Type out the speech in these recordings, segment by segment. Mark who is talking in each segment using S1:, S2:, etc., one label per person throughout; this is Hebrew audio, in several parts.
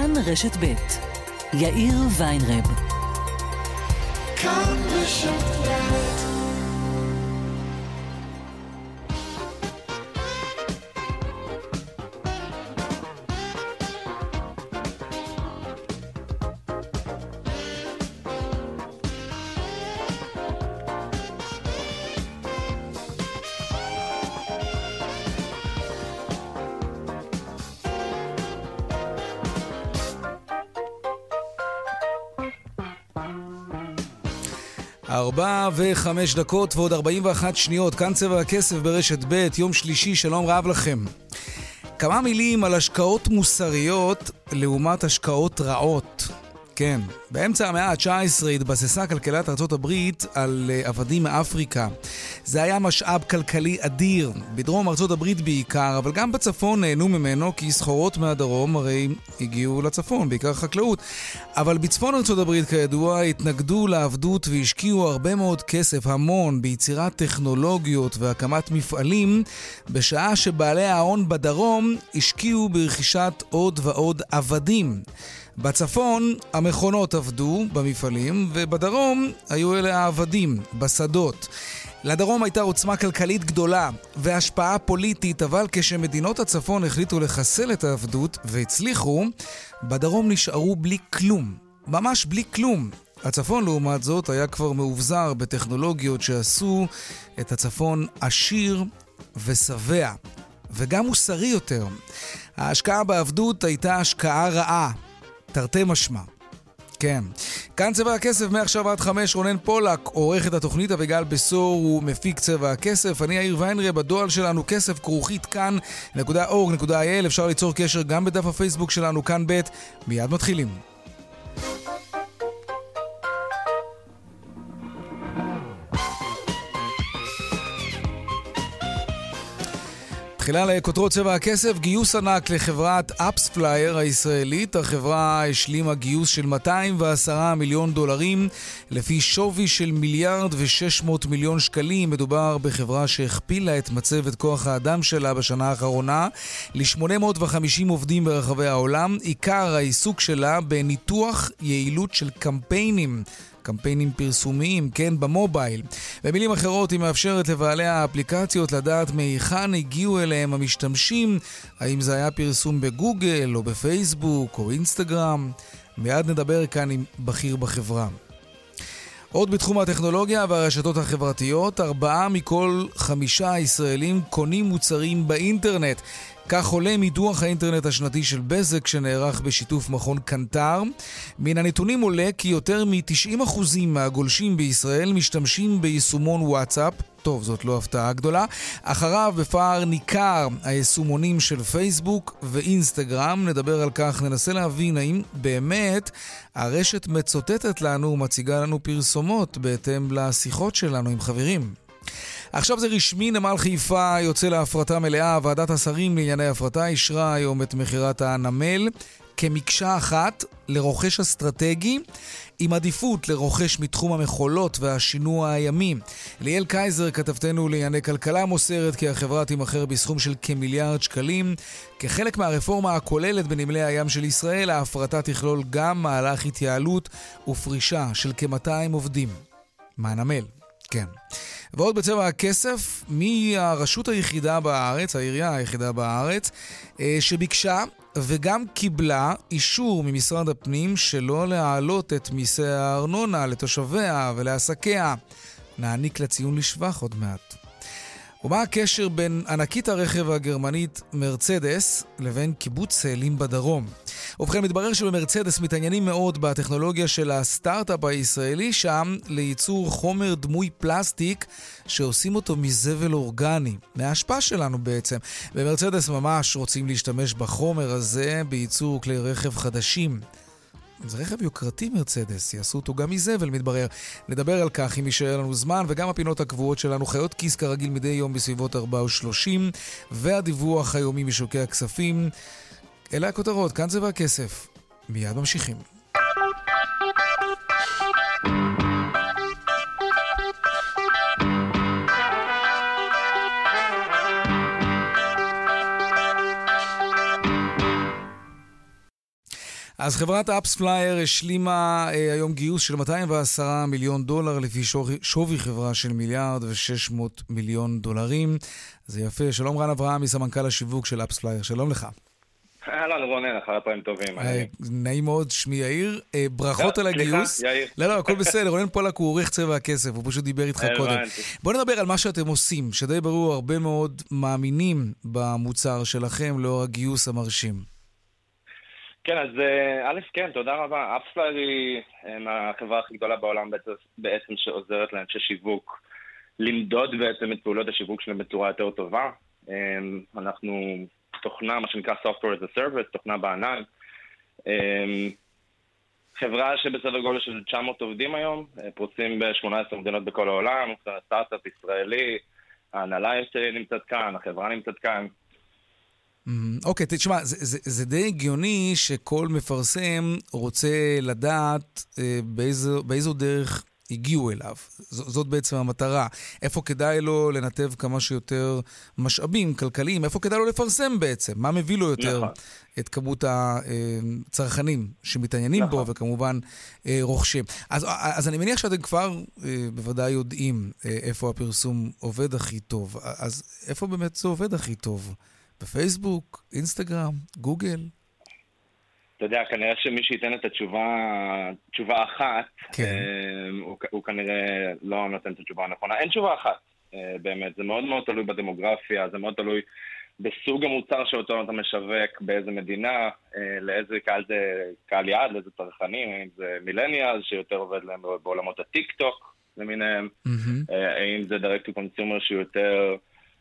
S1: כאן רשת ב' יאיר ויינרב.
S2: כאן רשת ב'.
S3: ארבע וחמש דקות ועוד 41 שניות, כאן צבע הכסף ברשת ב', יום שלישי, שלום רב לכם. כמה מילים על השקעות מוסריות לעומת השקעות רעות. כן, באמצע המאה ה-19 התבססה כלכלת ארצות הברית על עבדים מאפריקה. זה היה משאב כלכלי אדיר, בדרום ארצות הברית בעיקר, אבל גם בצפון נהנו ממנו, כי סחורות מהדרום הרי הגיעו לצפון, בעיקר חקלאות. אבל בצפון ארצות הברית כידוע התנגדו לעבדות והשקיעו הרבה מאוד כסף, המון, ביצירת טכנולוגיות והקמת מפעלים, בשעה שבעלי ההון בדרום השקיעו ברכישת עוד ועוד עבדים. בצפון המכונות עבדו במפעלים, ובדרום היו אלה העבדים בשדות. לדרום הייתה עוצמה כלכלית גדולה והשפעה פוליטית, אבל כשמדינות הצפון החליטו לחסל את העבדות והצליחו, בדרום נשארו בלי כלום, ממש בלי כלום. הצפון לעומת זאת היה כבר מאובזר בטכנולוגיות שעשו את הצפון עשיר ושבע, וגם מוסרי יותר. ההשקעה בעבדות הייתה השקעה רעה, תרתי משמע. כן. כאן צבע הכסף, מעכשיו עד 5, רונן פולק, עורך את התוכנית, אביגל בסור הוא מפיק צבע הכסף. אני יאיר ויינרב, בדואל שלנו כסף כרוכית כאן.org.il. אפשר ליצור קשר גם בדף הפייסבוק שלנו, כאן ב'. מיד מתחילים. תחילה לכותרות צבע הכסף, גיוס ענק לחברת אפספלייר הישראלית. החברה השלימה גיוס של $210 מיליון, לפי שווי של $1.6 שקלים. מדובר בחברה שהכפילה את מצבת כוח האדם שלה בשנה האחרונה ל-850 עובדים ברחבי העולם. עיקר העיסוק שלה בניתוח יעילות של קמפיינים פרסומיים, כן, במובייל. במילים אחרות, היא מאפשרת לבעלי האפליקציות לדעת מהיכן הגיעו אליהם המשתמשים, האם זה היה פרסום בגוגל או בפייסבוק או אינסטגרם. מיד נדבר כאן עם בכיר בחברה. עוד בתחום הטכנולוגיה והרשתות החברתיות, 4 מכל 5 ישראלים קונים מוצרים באינטרנט. כך עולה מדוח האינטרנט השנתי של בזק שנערך בשיתוף מכון קנטר. מן הנתונים עולה כי יותר מ-90% מהגולשים בישראל משתמשים ביישומון וואטסאפ. טוב, זאת לא הפתעה גדולה. אחריו בפער ניכר היישומונים של פייסבוק ואינסטגרם. נדבר על כך, ננסה להבין האם באמת הרשת מצוטטת לנו ומציגה לנו פרסומות בהתאם לשיחות שלנו עם חברים. עכשיו זה רשמי, נמל חיפה יוצא להפרטה מלאה. ועדת השרים לענייני הפרטה אישרה היום את מחירת הנמל כמקשה אחת לרוכש אסטרטגי, עם עדיפות לרוכש מתחום המחולות והשינוע הימי. ליאל קייזר, כתבתנו לענייני כלכלה, מוסרת כי החברה תימכר בסכום של כמיליארד שקלים. כחלק מהרפורמה הכוללת בנמלי הים של ישראל, ההפרטה תכלול גם מהלך התייעלות ופרישה של כ-200 עובדים מהנמל. כן. ועוד בצבע הכסף, מהרשות היחידה בארץ, העירייה היחידה בארץ, שביקשה וגם קיבלה אישור ממשרד הפנים שלא להעלות את מיסי הארנונה לתושביה ולעסקיה. נעניק לציון לשבח עוד מעט. ומה הקשר בין ענקית הרכב הגרמנית מרצדס לבין קיבוץ צאלים בדרום? ובכן, מתברר שבמרצדס מתעניינים מאוד בטכנולוגיה של הסטארט-אפ הישראלי שם לייצור חומר דמוי פלסטיק שעושים אותו מזבל אורגני, מההשפעה שלנו בעצם. במרצדס ממש רוצים להשתמש בחומר הזה בייצור כלי רכב חדשים. זה רכב יוקרתי מרצדס, יעשו אותו גם מזבל, מתברר. נדבר על כך אם יישאר לנו זמן, וגם הפינות הקבועות שלנו, חיות כיס כרגיל מדי יום בסביבות 4:30, והדיווח היומי משוקי הכספים. אלה הכותרות, כאן צבע הכסף. מיד ממשיכים. אז חברת AppsFlyer השלימה היום גיוס של $210 מיליון לפי שווי חברה של $1,600,000,000. זה יפה. שלום רן אברהם, מסמנכ"ל השיווק של AppsFlyer. שלום לך.
S2: אהלן רונן, אחרי פעמים טובים.
S3: נעים מאוד, שמי יאיר. ברכות על הגיוס.
S2: סליחה, יאיר.
S3: לא, הכל בסדר. רונן פולק הוא עורך צבע הכסף, הוא פשוט דיבר איתך קודם. בוא נדבר על מה שאתם עושים, שדי ברור, הרבה מאוד מאמינים במוצר שלכם לאור הגיוס המרשים.
S2: כן, אז א', כן, תודה רבה. AppsFlyer היא החברה הכי גדולה בעולם בעצם שעוזרת לאנשי שיווק למדוד בעצם את פעולות השיווק שלהם בצורה יותר טובה. אנחנו תוכנה, מה שנקרא Software as a Service, תוכנה בענן. חברה שבסדר גודל של 900 עובדים היום, פרוסים ב-18 מדינות בכל העולם, סטארט-אפ ישראלי, ההנהלה נמצאת כאן, החברה נמצאת כאן.
S3: אוקיי, תשמע, זה די הגיוני שכל מפרסם רוצה לדעת באיזו דרך הגיעו אליו. זאת בעצם המטרה. איפה כדאי לו לנתב כמה שיותר משאבים כלכליים? איפה כדאי לו לפרסם בעצם? מה מביא לו יותר את כמות הצרכנים שמתעניינים בו וכמובן רוכשים? אז אני מניח שאתם כבר בוודאי יודעים איפה הפרסום עובד הכי טוב. אז איפה באמת זה עובד הכי טוב? בפייסבוק, אינסטגרם, גוגל?
S2: אתה יודע, כנראה שמי שייתן את תשובה אחת, הוא כנראה לא נותן את התשובה הנכונה. אין תשובה אחת, באמת. זה מאוד מאוד תלוי בדמוגרפיה, זה מאוד תלוי בסוג המוצר שאותו אתה משווק, באיזה מדינה, לאיזה קהל יעד, לאיזה צרכנים, אם זה מילניאל שיותר עובד להם בעולמות הטיק-טוק למיניהם, אם זה direct to consumer שיותר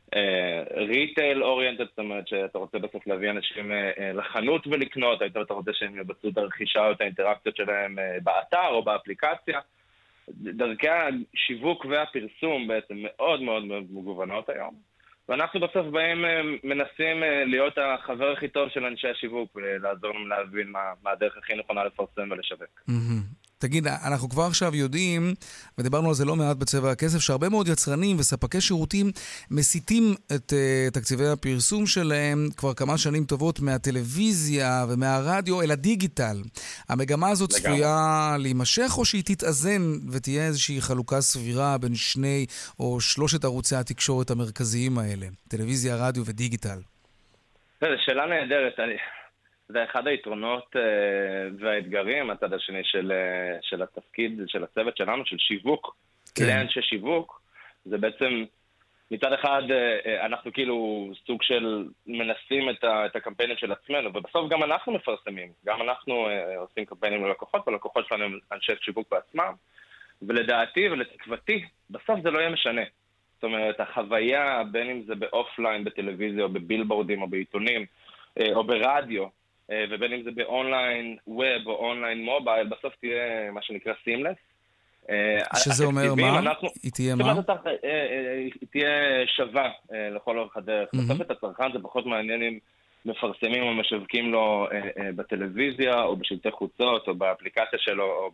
S2: ריטייל אוריינטד, זאת אומרת שאתה רוצה בסוף להביא אנשים לחנות ולקנות, אתה רוצה שהם יבצעו את הרכישה או את האינטראקציות שלהם באתר או באפליקציה. דרכי השיווק והפרסום בעצם מאוד מאוד מגוונות היום, ואנחנו בסוף באים מנסים להיות החבר הכי טוב של אנשי השיווק ולעזור להם להבין מה הדרך הכי נכונה לפרסם ולשווק.
S3: תגיד, אנחנו כבר עכשיו יודעים, ודיברנו על זה לא מעט בצבע הכסף, שהרבה מאוד יצרנים וספקי שירותים מסיטים את תקציבי הפרסום שלהם כבר כמה שנים טובות מהטלוויזיה ומהרדיו אל הדיגיטל. המגמה הזאת צפויה להימשך או שהיא תתאזן ותהיה איזושהי חלוקה סבירה בין שני או שלושת ערוצי התקשורת המרכזיים האלה, טלוויזיה, רדיו ודיגיטל?
S2: זו שאלה נהדרת. זה אחד היתרונות והאתגרים, הצד השני של התפקיד, של הצוות שלנו, של שיווק, לאנשי שיווק. זה בעצם, מצד אחד, אנחנו כאילו סוג של מנסים את הקמפיינים של עצמנו, ובסוף גם אנחנו מפרסמים. גם אנחנו עושים קמפיינים ללקוחות, והלקוחות שלנו הם אנשי שיווק בעצמם. ולדעתי ולתקוותי, בסוף זה לא יהיה משנה. זאת אומרת, החוויה, בין אם זה באופליין, בטלוויזיה, או בבילבורדים, או בעיתונים, או ברדיו, ובין אם זה באונליין ווב או אונליין מובייל, בסוף תהיה מה שנקרא סימלס.
S3: שזה אומר מה? היא תהיה מה?
S2: היא תהיה שווה לכל אורך הדרך. בסוף את הצרכן זה פחות מעניין אם מפרסמים או משווקים לו בטלוויזיה או בשלטי חוצות או באפליקציה שלו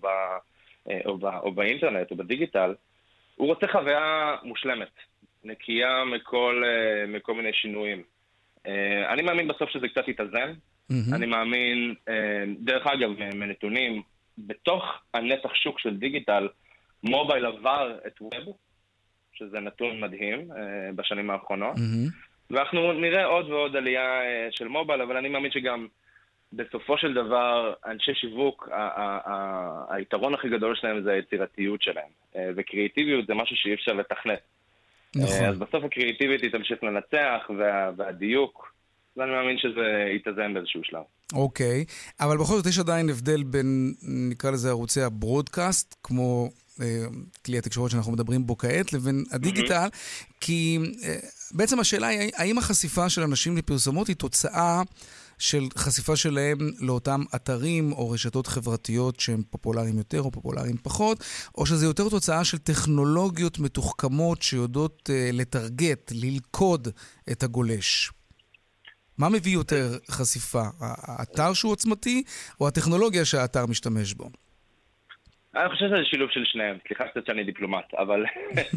S2: או באינטרנט או בדיגיטל. הוא רוצה חוויה מושלמת, נקייה מכל מיני שינויים. אני מאמין בסוף שזה קצת יתאזן. אני מאמין, דרך אגב, מנתונים, בתוך הנתח שוק של דיגיטל, מובייל עבר את ווב, שזה נתון מדהים בשנים האחרונות, ואנחנו נראה עוד ועוד עלייה של מובייל, אבל אני מאמין שגם בסופו של דבר, אנשי שיווק, היתרון הכי גדול שלהם זה היצירתיות שלהם, וקריאטיביות זה משהו שאי אפשר לתכנת. אז בסוף הקריאטיביות היא תמשיך לנצח, והדיוק, ואני מאמין שזה יתאזן באיזשהו שלב.
S3: אוקיי, אבל בכל זאת יש עדיין הבדל בין, נקרא לזה ערוצי הברודקאסט, כמו כלי התקשורת שאנחנו מדברים בו כעת, לבין הדיגיטל, כי בעצם השאלה היא, האם החשיפה של אנשים לפרסומות היא תוצאה של חשיפה שלהם לאותם אתרים או רשתות חברתיות שהם פופולריים יותר או פופולריים פחות, או שזה יותר תוצאה של טכנולוגיות מתוחכמות שיודעות לטרגט, ללכוד את הגולש? מה מביא יותר חשיפה? האתר שהוא עוצמתי או הטכנולוגיה שהאתר משתמש בו?
S2: אני חושב שזה שילוב של שניהם. סליחה קצת שאני דיפלומט, אבל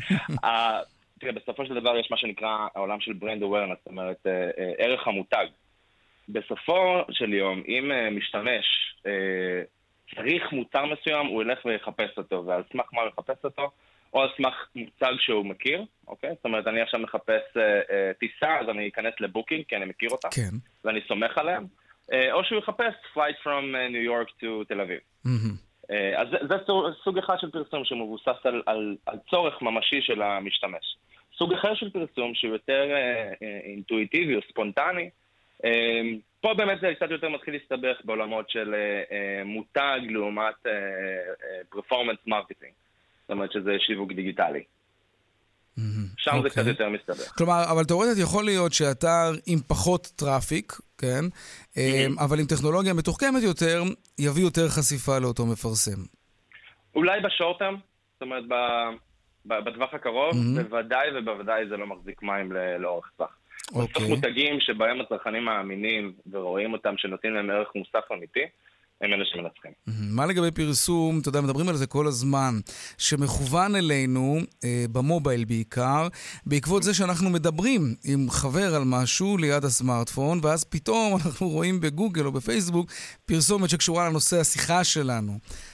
S2: תראה, בסופו של דבר יש מה שנקרא העולם של ברנד אווירנס, זאת אומרת, ערך המותג. בסופו של יום, אם משתמש צריך מוצר מסוים, הוא ילך ויחפש אותו, ועל סמך מה הוא יחפש אותו? או על סמך מוצג שהוא מכיר, אוקיי? זאת אומרת, אני עכשיו מחפש טיסה, אז אני אכנס לבוקינג, כי אני מכיר אותה,
S3: כן.
S2: ואני סומך עליהם, או שהוא יחפש flight from New York to תל אביב. אז זה סוג אחד של פרסום שמבוסס על צורך ממשי של המשתמש. סוג אחר של פרסום שהוא יותר אינטואיטיבי או ספונטני, פה באמת זה קצת יותר מתחיל להסתבך בעולמות של מותג לעומת פרפורמנס מרקטינג. זאת אומרת שזה שיווק דיגיטלי. שם זה קצת יותר מסתבך.
S3: כלומר, אבל תאורטית יכול להיות שאתר עם פחות טראפיק, כן? אבל עם טכנולוגיה מתוחכמת יותר, יביא יותר חשיפה לאותו מפרסם.
S2: אולי בשורטם, זאת אומרת בטווח הקרוב, בוודאי זה לא מחזיק מים לאורך טווח. בסוף מותגים שבהם הצרכנים מאמינים ורואים אותם שנותנים להם ערך מוסף אמיתי, הם אלה שמנצחים.
S3: מה לגבי פרסום, אתה יודע, מדברים על זה כל הזמן, שמכוון אלינו, במובייל בעיקר, בעקבות זה שאנחנו מדברים עם חבר על משהו ליד הסמארטפון, ואז פתאום אנחנו רואים בגוגל או בפייסבוק פרסומת שקשורה לנושא השיחה שלנו.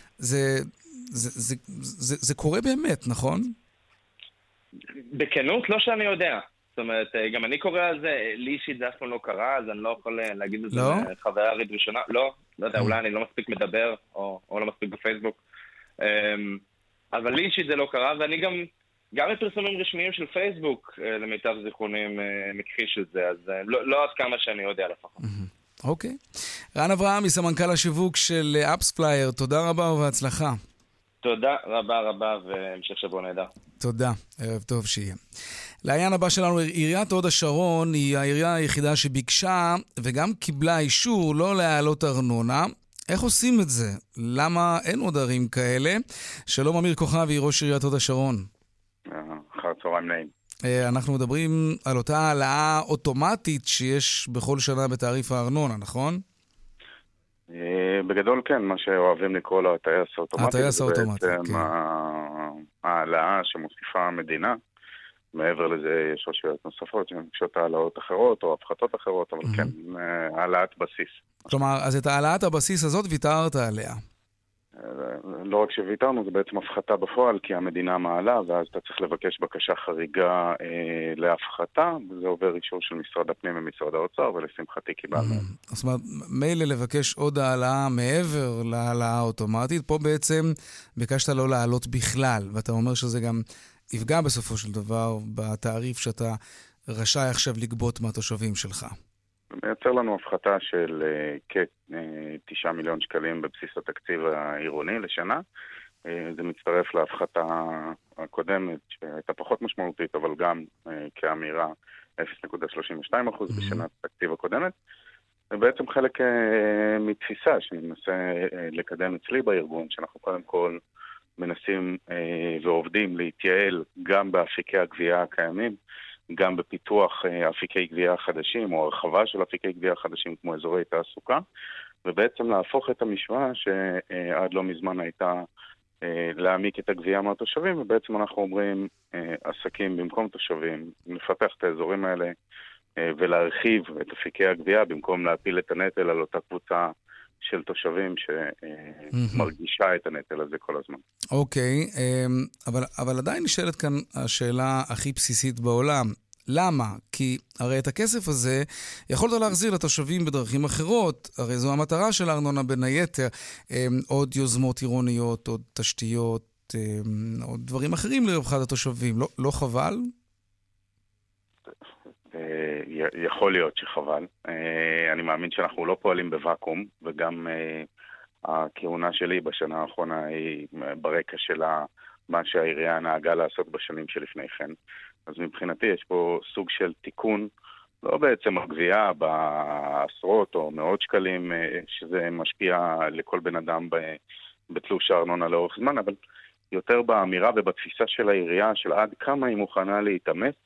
S3: זה קורה באמת, נכון?
S2: בכנות, לא שאני יודע. זאת אומרת, גם אני קורא על זה, לי אישית זה אף פעם לא קרה, אז אני לא יכול להגיד את זה בחוויה ראשונה. לא יודע, אולי אני לא מספיק מדבר, או לא מספיק בפייסבוק. אבל לי אישית זה לא קרה, ואני גם בפרסומים רשמיים של פייסבוק, למיטב זיכרונים, מכחיש את זה, אז לא עד כמה שאני יודע לפחות.
S3: אוקיי. רן אברהם, סמנכ"ל השיווק של אפספלייר, תודה רבה ובהצלחה.
S2: תודה רבה, והמשך שבוע נהדר.
S3: תודה, ערב טוב שיהיה. לעניין הבא שלנו, עיריית הוד השרון היא העירייה היחידה שביקשה וגם קיבלה אישור לא להעלות ארנונה. איך עושים את זה? למה אין עוד ערים כאלה? שלום אמיר כוכבי, ראש עיריית הוד השרון.
S4: אחר צהריים נעים.
S3: אנחנו מדברים על אותה העלאה אוטומטית שיש בכל שנה בתעריף הארנונה, נכון?
S4: בגדול כן, מה שאוהבים לקרוא לו הטייס האוטומטי.
S3: הטייס האוטומטי, כן.
S4: העלאה שמוסיפה המדינה. מעבר לזה יש רשויות נוספות שמבקשות העלאות אחרות או הפחתות אחרות, אבל כן, העלאת בסיס.
S3: כלומר, אז את העלאת הבסיס הזאת ויתרת עליה?
S4: לא רק שוויתרנו, זה בעצם הפחתה בפועל, כי המדינה מעלה, ואז אתה צריך לבקש בקשה חריגה להפחתה, וזה עובר אישור של משרד הפנים ומשרד האוצר, ולשמחתי קיבלנו.
S3: זאת אומרת, מילא לבקש עוד העלאה מעבר להעלאה האוטומטית, פה בעצם ביקשת לא לעלות בכלל, ואתה אומר שזה גם יפגע בסופו של דבר בתעריף שאתה רשאי עכשיו לגבות מהתושבים שלך.
S4: מייצר לנו הפחתה של כ-9 מיליון שקלים בבסיס התקציב העירוני לשנה. זה מצטרף להפחתה הקודמת שהייתה פחות משמעותית, אבל גם כאמירה 0.32% בשנת התקציב הקודמת. זה בעצם חלק מתפיסה שננסה לקדם אצלי בארגון, שאנחנו קודם כל מנסים ועובדים להתייעל גם באפיקי הגבייה הקיימים, גם בפיתוח אפיקי גבייה חדשים או הרחבה של אפיקי גבייה חדשים כמו אזורי תעסוקה, ובעצם להפוך את המשוואה שעד לא מזמן הייתה להעמיק את הגבייה מהתושבים, ובעצם אנחנו אומרים עסקים במקום תושבים, נפתח את האזורים האלה ולהרחיב את אפיקי הגבייה במקום להפיל את הנטל על אותה קבוצה של תושבים שמרגישה את הנטל הזה כל הזמן.
S3: אוקיי, אבל עדיין נשאלת כאן השאלה הכי בסיסית בעולם. למה? כי הרי את הכסף הזה יכולת להחזיר לתושבים בדרכים אחרות, הרי זו המטרה של הארנונה בין היתר, עוד יוזמות עירוניות, עוד תשתיות, עוד דברים אחרים לרווחת התושבים. לא חבל?
S4: יכול להיות שחבל. אני מאמין שאנחנו לא פועלים בוואקום, וגם הכהונה שלי בשנה האחרונה היא ברקע של מה שהעירייה נהגה לעשות בשנים שלפני כן. אז מבחינתי יש פה סוג של תיקון, לא בעצם הגבייה בעשרות או מאות שקלים, שזה משפיע לכל בן אדם בתלוש הארנונה לאורך זמן, אבל יותר באמירה ובתפיסה של העירייה, של עד כמה היא מוכנה להתאמץ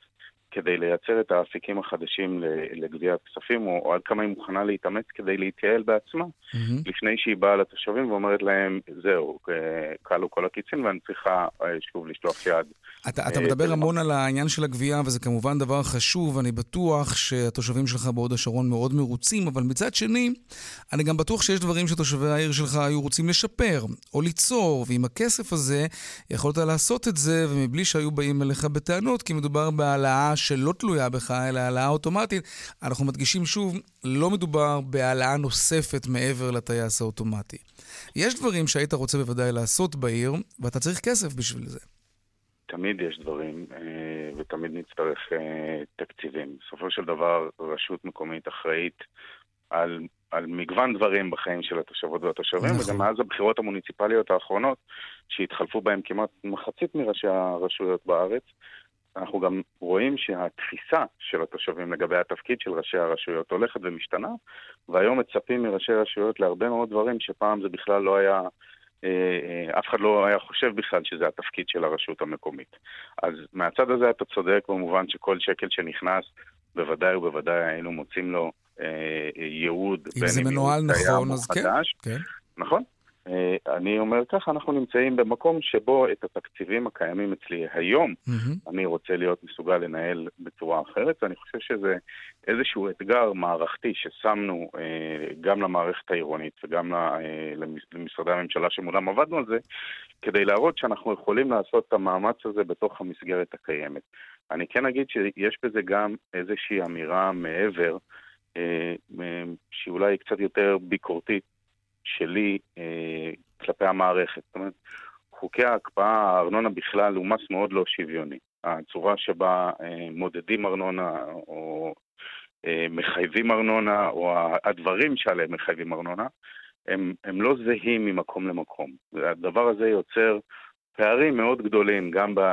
S4: כדי לייצר את האפיקים החדשים לגביית כספים, או עד כמה היא מוכנה להתאמץ כדי להתייעל בעצמה, לפני שהיא באה לתושבים ואומרת להם, זהו, קלו כל הקיצין ואני צריכה שוב לשלוח יד.
S3: אתה מדבר המון על העניין של הגבייה, וזה כמובן דבר חשוב, אני בטוח שהתושבים שלך בהוד השרון מאוד מרוצים, אבל מצד שני, אני גם בטוח שיש דברים שתושבי העיר שלך היו רוצים לשפר, או ליצור, ועם הכסף הזה יכולת לעשות את זה, ומבלי שהיו באים אליך בטענות, כי מדובר בהעלאה שלא תלויה בך, אלא העלאה אוטומטית. אנחנו מדגישים שוב, לא מדובר בהעלאה נוספת מעבר לטייס האוטומטי. יש דברים שהיית רוצה בוודאי לעשות בעיר, ואתה צריך כסף בשביל זה.
S4: תמיד יש דברים, ותמיד נצטרך תקציבים. בסופו של דבר, רשות מקומית אחראית על מגוון דברים בחיים של התושבות והתושבים, וגם מאז הבחירות המוניציפליות האחרונות, שהתחלפו בהם כמעט מחצית מראשי הרשויות בארץ, אנחנו גם רואים שהתפיסה של התושבים לגבי התפקיד של ראשי הרשויות הולכת ומשתנה, והיום מצפים מראשי רשויות להרבה מאוד דברים שפעם זה בכלל לא היה, אף אחד לא היה חושב בכלל שזה התפקיד של הרשות המקומית. אז מהצד הזה אתה צודק במובן שכל שקל שנכנס, בוודאי ובוודאי היינו מוצאים לו ייעוד.
S3: אם זה מנוהל נכון, אז כן.
S4: נכון. אני אומר ככה, אנחנו נמצאים במקום שבו את התקציבים הקיימים אצלי היום, אני רוצה להיות מסוגל לנהל בצורה אחרת, ואני חושב שזה איזשהו אתגר מערכתי ששמנו גם למערכת העירונית וגם למשרדי הממשלה שמולם עבדנו על זה, כדי להראות שאנחנו יכולים לעשות את המאמץ הזה בתוך המסגרת הקיימת. אני כן אגיד שיש בזה גם איזושהי אמירה מעבר, שאולי קצת יותר ביקורתית, שלי כלפי המערכת. זאת אומרת, חוקי ההקפאה, הארנונה בכלל הוא מס מאוד לא שוויוני. הצורה שבה מודדים ארנונה או מחייבים ארנונה, או הדברים שעליהם מחייבים ארנונה, הם לא זהים ממקום למקום. והדבר הזה יוצר פערים מאוד גדולים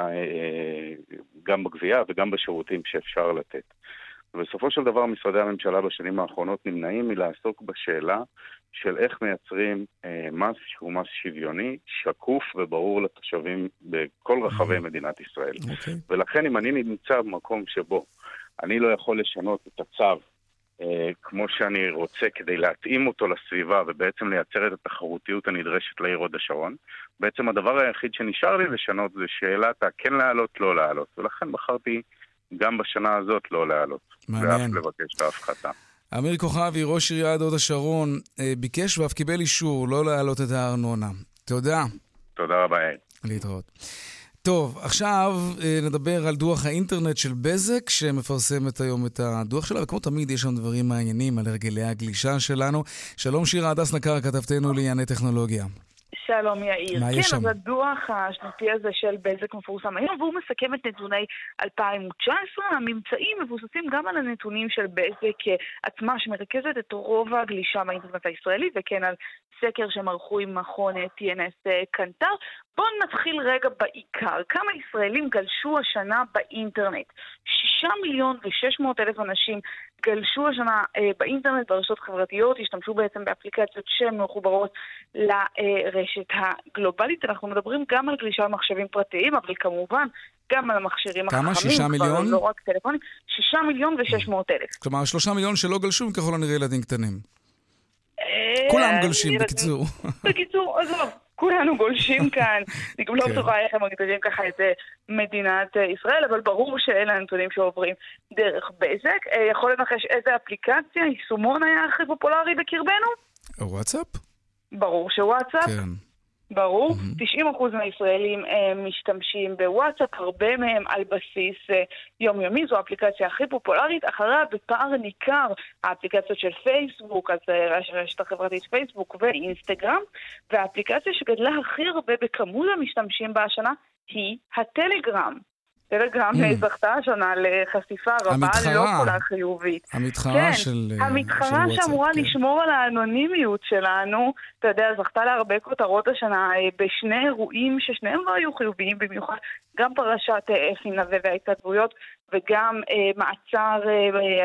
S4: גם בגבייה וגם בשירותים שאפשר לתת. ובסופו של דבר משרדי הממשלה בשנים האחרונות נמנעים מלעסוק בשאלה של איך מייצרים מס שהוא מס שוויוני, שקוף וברור לתושבים בכל רחבי מדינת ישראל. ולכן אם אני נמצא במקום שבו אני לא יכול לשנות את הצו כמו שאני רוצה כדי להתאים אותו לסביבה ובעצם לייצר את התחרותיות הנדרשת לעיר הוד השרון, בעצם הדבר היחיד שנשאר לי לשנות זה שאלת כן לעלות, לא לעלות. ולכן בחרתי גם בשנה הזאת לא לעלות. ואף לבקש את ההפחתה.
S3: אמיר כוכבי, ראש עיריית הוד השרון, ביקש ואף קיבל אישור לא להעלות את הארנונה. תודה.
S4: תודה רבה.
S3: להתראות. טוב, עכשיו נדבר על דוח האינטרנט של בזק, שמפרסמת היום את הדוח שלה, וכמו תמיד יש שם דברים מעניינים על הרגלי הגלישה שלנו. שלום שירה הדס נקר, כתבתנו לענייני טכנולוגיה.
S5: שלום יאיר. כן, אז הדוח השנתי הזה של בזק מפורסם היום, והוא מסכם את נתוני 2019. הממצאים מבוססים גם על הנתונים של בזק עצמה, שמרכזת את רוב הגלישה באינטרנט הישראלי, וכן על סקר שמערכו עם מכון TNS קנטר. בואו נתחיל רגע בעיקר. כמה ישראלים גלשו השנה באינטרנט? 6,600,000 אנשים גלשו השנה באינטרנט, ברשתות חברתיות, השתמשו בעצם באפליקציות שהן מחוברות לרשת הגלובלית. אנחנו מדברים גם על גלישה במחשבים פרטיים, אבל כמובן גם על המכשירים החכמים.
S3: כמה? 6 מיליון?
S5: לא רק טלפונים. 6,600,000.
S3: כלומר, 3 מיליון שלא גלשו, ככל הנראה ילדים קטנים. כולם גולשים, בקיצור.
S5: בקיצור, עזוב. כולנו גולשים כאן, אני גם לא בטוחה איך הם מגדירים ככה את מדינת ישראל, אבל ברור שאלה הנתונים שעוברים דרך בזק. יכול לנחש איזה אפליקציה, יישומון היה הכי פופולרי בקרבנו?
S3: וואטסאפ?
S5: ברור שוואטסאפ. כן. ברור. 90% מהישראלים משתמשים בוואטסאפ, הרבה מהם על בסיס יומיומי, זו האפליקציה הכי פופולרית. אחריה בפער ניכר האפליקציות של פייסבוק, אז רשת החברתית פייסבוק ואינסטגרם, והאפליקציה שגדלה הכי הרבה בכמות המשתמשים בה השנה היא הטלגרם. טלגרם זכתה השנה לחשיפה רבה לא כל חיובית.
S3: המתחרה של
S5: המתחרה שאמורה לשמור על האנונימיות שלנו, אתה יודע, זכתה להרבה כותרות השנה בשני אירועים ששניהם לא היו חיוביים במיוחד, גם פרשת אפי נווה וההתכתבויות וגם מעצר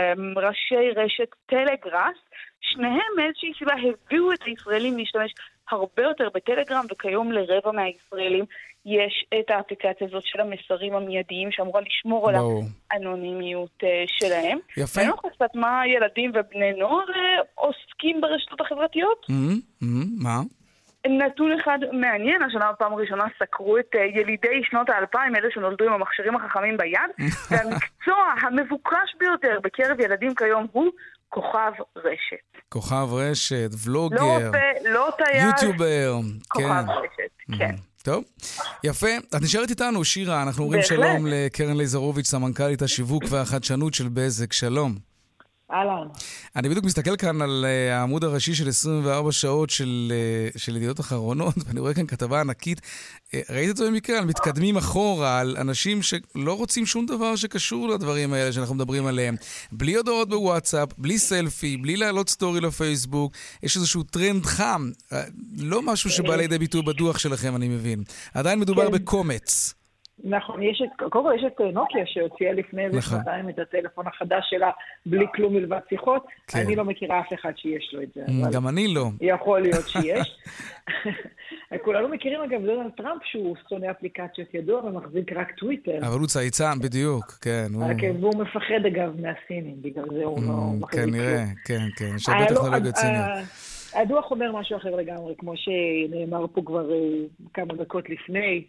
S5: ראשי רשת טלגראס. שניהם מאיזושהי סיבה הביאו את הישראלים להשתמש הרבה יותר בטלגרם, וכיום לרבע מהישראלים יש את האפליקציה הזאת של המסרים המיידיים, שאמורה לשמור על האנונימיות שלהם.
S3: יפה.
S5: אני לא חושבת מה ילדים ובני נוער עוסקים ברשתות החברתיות.
S3: מה?
S5: נתון אחד מעניין, השנה בפעם הראשונה סקרו את ילידי שנות ה-2000, אלה שנולדו עם המכשירים החכמים ביד, והמקצוע המבוקש ביותר בקרב ילדים כיום הוא כוכב רשת.
S3: כוכב רשת, ולוגר,
S5: לא טייס,
S3: יוטיובר.
S5: כוכב רשת, כן.
S3: טוב, יפה. את נשארת איתנו, שירה. אנחנו אומרים שלום לקרן לייזרוביץ', סמנכ"לית השיווק והחדשנות של בזק. שלום.
S6: אהלן.
S3: אני בדיוק מסתכל כאן על העמוד הראשי של 24 שעות של ידיעות אחרונות, ואני רואה כאן כתבה ענקית. ראית את זה במקרה? על מתקדמים אחורה, על אנשים שלא רוצים שום דבר שקשור לדברים האלה שאנחנו מדברים עליהם. בלי הודעות בוואטסאפ, בלי סלפי, בלי להעלות סטורי לפייסבוק. יש איזשהו טרנד חם. לא משהו שבא לידי ביטוי בדוח שלכם, אני מבין. עדיין מדובר בקומץ.
S6: נכון, קודם כל יש את נוקיה שהוציאה לפני איזה שנתיים את הטלפון החדש שלה בלי כלום מלבד שיחות. אני לא מכירה אף אחד שיש לו את זה.
S3: גם אני לא.
S6: יכול להיות שיש. כולנו מכירים אגב דונלד טראמפ שהוא שונא אפליקציות ידוע ומחזיק רק טוויטר.
S3: אבל הוא צייצן בדיוק, כן.
S6: והוא מפחד אגב מהסינים, בגלל זה הוא לא מחזיק כלום.
S3: כנראה, כן. יש הרבה טכנולוגיות סיניות.
S6: הדוח אומר משהו אחר לגמרי, כמו שנאמר פה כבר כמה דקות לפני.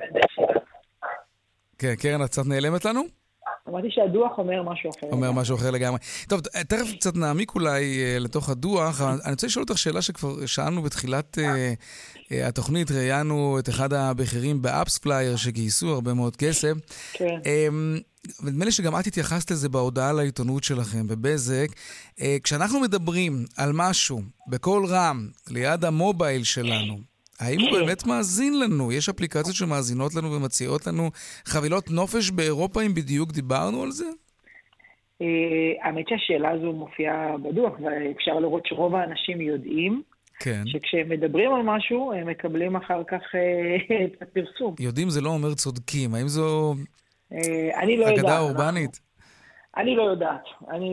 S3: כן, קרן, את קצת נעלמת לנו?
S6: אמרתי שהדוח אומר משהו אחר.
S3: אומר משהו אחר לגמרי. טוב, תכף קצת נעמיק אולי לתוך הדוח. אני רוצה לשאול אותך שאלה שכבר שאלנו בתחילת התוכנית. ראיינו את אחד הבכירים באפספלייר שגייסו הרבה מאוד כסף.
S6: כן.
S3: ונדמה לי שגם את התייחסת לזה בהודעה לעיתונות שלכם בבזק. כשאנחנו מדברים על משהו בכל רם ליד המובייל שלנו, האם הוא באמת מאזין לנו? יש אפליקציות שמאזינות לנו ומציעות לנו חבילות נופש באירופה, אם בדיוק דיברנו על זה?
S6: האמת שהשאלה הזו מופיעה בדוח, ואפשר לראות שרוב האנשים יודעים שכשהם מדברים על משהו, הם מקבלים אחר כך את הפרסום.
S3: יודעים זה לא אומר צודקים. האם זו
S6: אגדה
S3: אורבנית?
S6: אני לא יודעת.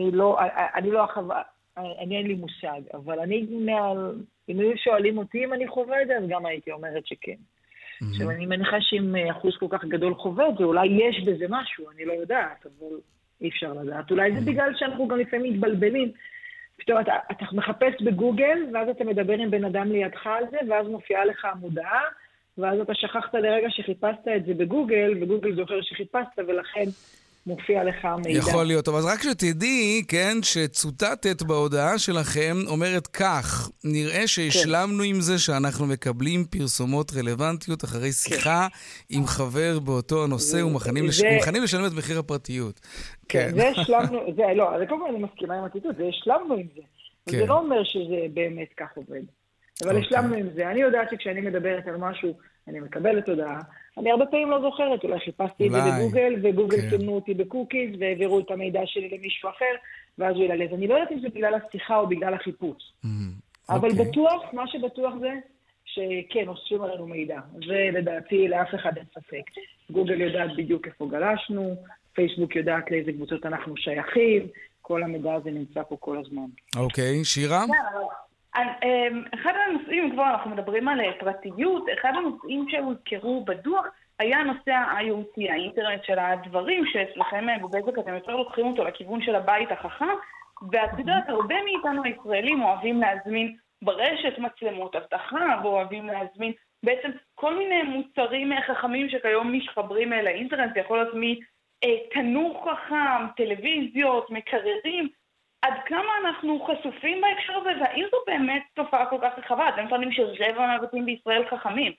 S6: אני אין לי מושג, אבל אם היו שואלים אותי אם אני חווה את זה, אז גם הייתי אומרת שכן. עכשיו, אני מניחה שאם אחוז כל כך גדול חווה את זה, אולי יש בזה משהו, אני לא יודעת, אבל אי אפשר לדעת. אולי זה בגלל שאנחנו גם לפעמים מתבלבלים. פתאום אתה מחפש בגוגל, ואז אתה מדבר עם בן אדם לידך על זה, ואז מופיעה לך המודעה, ואז אתה שכחת לרגע שחיפשת את זה בגוגל, וגוגל זוכר שחיפשת, ולכן מופיע לך מידע.
S3: יכול להיות, אבל רק שתדעי, כן, שצוטטת בהודעה שלכם אומרת כך, נראה שהשלמנו עם זה שאנחנו מקבלים פרסומות רלוונטיות אחרי שיחה עם חבר באותו הנושא ומוכנים לשלם את מחיר הפרטיות.
S6: כן, זה השלמנו, לא, זה כל אני מסכימה עם הציטוט, זה השלמנו עם זה. וזה לא אומר שזה באמת כך עובד. אבל השלמנו עם זה. אני יודעת שכשאני מדברת על משהו, אני מקבלת הודעה, אני הרבה פעמים לא זוכרת, אולי חיפשתי את זה בגוגל, וגוגל סימנו אותי בקוקיז, והעבירו את המידע שלי למישהו אחר, ואז הוא ילעלז. אני לא יודעת אם זה בגלל השיחה או בגלל החיפוש. אבל בטוח, מה שבטוח זה, שכן, אוספים עלינו מידע. ולדעתי, לאף אחד אין ספק. גוגל יודעת בדיוק איפה גלשנו, פייסבוק יודעת לאיזה קבוצות אנחנו שייכים, כל המידע הזה נמצא פה כל הזמן.
S3: אוקיי, שירה?
S5: אחד הנושאים, כבר אנחנו מדברים על פרטיות, אחד הנושאים שהוזכרו בדוח היה נושא ה-IoT, האינטרנט של הדברים, שאצלכם בבזק אתם יותר לוקחים אותו לכיוון של הבית החכם, ואת יודעת, הרבה מאיתנו הישראלים אוהבים להזמין ברשת מצלמות אבטחה, ואוהבים להזמין בעצם כל מיני מוצרים חכמים שכיום מתחברים לאינטרנט, זה יכול להיות מתנור חכם, טלוויזיות, מקררים, עד כמה אנחנו חשופים בהקשר הזה, והאם זו באמת תופעה כל כך רחבה? אתם טוענים שרבע מהבתים בישראל חכמים?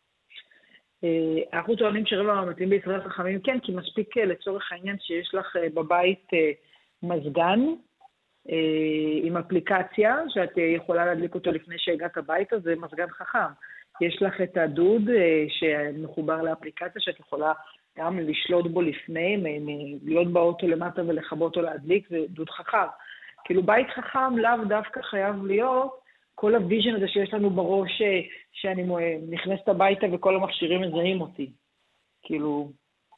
S6: אנחנו טוענים שרבע מהבתים בישראל חכמים, כן, כי מספיק לצורך העניין שיש לך בבית מזגן עם אפליקציה, שאת יכולה להדליק אותו לפני שהגעת הביתה, זה מזגן חכם. יש לך את הדוד שמחובר לאפליקציה, שאת יכולה גם לשלוט בו לפני, להיות באוטו למטה ולחבות או להדליק, זה דוד חכם. כאילו בית חכם לאו דווקא חייב להיות כל הוויז'ן הזה שיש לנו בראש שאני נכנסת הביתה וכל המכשירים מזהים אותי. כאילו,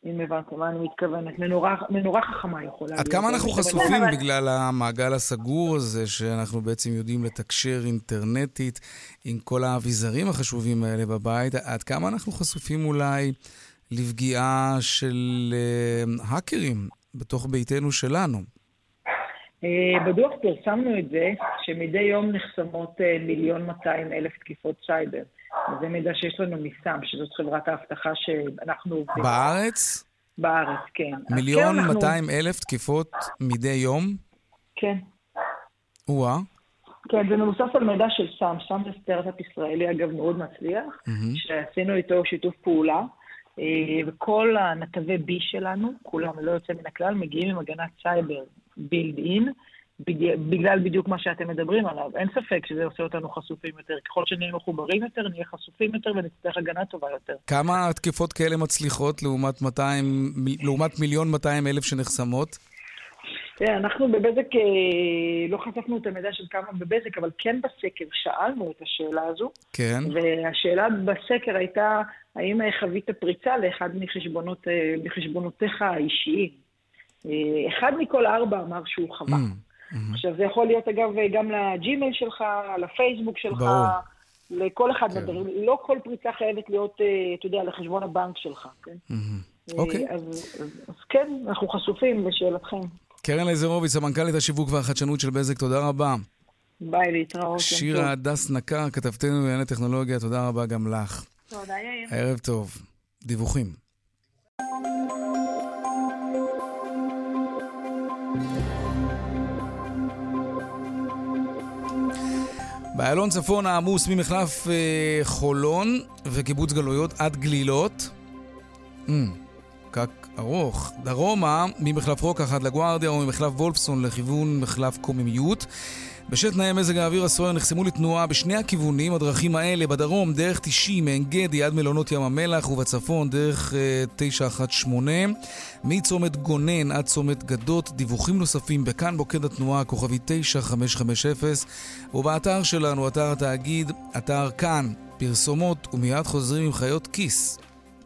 S6: אם הבנת מה אני מתכוונת. מנורה חכמה יכולה להיות.
S3: עד כמה אנחנו חשופים בגלל המעגל הסגור הזה, שאנחנו בעצם יודעים לתקשר אינטרנטית עם כל האביזרים החשובים האלה בבית, עד כמה אנחנו חשופים אולי לפגיעה של האקרים בתוך ביתנו שלנו?
S6: בדוח פרסמנו את זה, שמדי יום נחסמות 1,200,000 תקיפות סייבר. זה מידע שיש לנו מסם, שזאת חברת ההבטחה שאנחנו עובדים.
S3: בארץ?
S6: בארץ, כן.
S3: 1,200,000 תקיפות מדי יום?
S6: כן.
S3: וואה.
S6: כן, זה מבוסס על מידע של סם. סם זה סטארט-אפ ישראלי, אגב, מאוד מצליח, שעשינו איתו שיתוף פעולה, וכל הנתבי בי שלנו, כולם לא יוצא מן הכלל, מגיעים עם הגנת סייבר בילד אין, בגלל בדיוק מה שאתם מדברים עליו. אין ספק שזה עושה אותנו חשופים יותר. ככל שנהיה מחוברים יותר, נהיה חשופים יותר ונצטרך הגנה טובה יותר.
S3: כמה תקיפות כאלה מצליחות לעומת 1,200,000 שנחסמות?
S6: אנחנו בבזק לא חשפנו את המידע של כמה בבזק, אבל כן בסקר שאלנו את השאלה הזו.
S3: כן.
S6: והשאלה בסקר הייתה, האם חווית פריצה לאחד מחשבונותיך האישיים? 1 מכל 4 אמר שהוא חווה. עכשיו, זה יכול להיות, אגב, גם לג'ימייל שלך, לפייסבוק שלך, לכל אחד מהדברים. לא כל פריצה חייבת להיות, אתה יודע, לחשבון הבנק שלך, כן?
S3: אוקיי.
S6: אז כן, אנחנו חשופים לשאלתכם.
S3: קרן לייזרוביץ, המנכ"לית השיווק והחדשנות של בזק, תודה רבה.
S6: ביי, להתראות.
S3: שירה הדס נקר, כתבתנו בענייני טכנולוגיה, תודה רבה גם לך.
S6: תודה, יאיר.
S3: ערב טוב. דיווחים. באיילון צפון העמוס ממחלף חולון וקיבוץ גלויות עד גלילות. פקק ארוך. דרומה ממחלף רוקח עד לגוארדיה או ממחלף וולפסון לכיוון מחלף קוממיות. בשל תנאי מזג האוויר הסוער נחסמו לתנועה בשני הכיוונים. הדרכים האלה בדרום דרך 90 מעין גדי עד מלונות ים המלח, ובצפון דרך 918 מצומת גונן עד צומת גדות. דיווחים נוספים בכאן מוקד התנועה כוכבי 9550 ובאתר שלנו, אתר התאגיד, אתר כאן, פרסומות, ומיד חוזרים עם חיות כיס.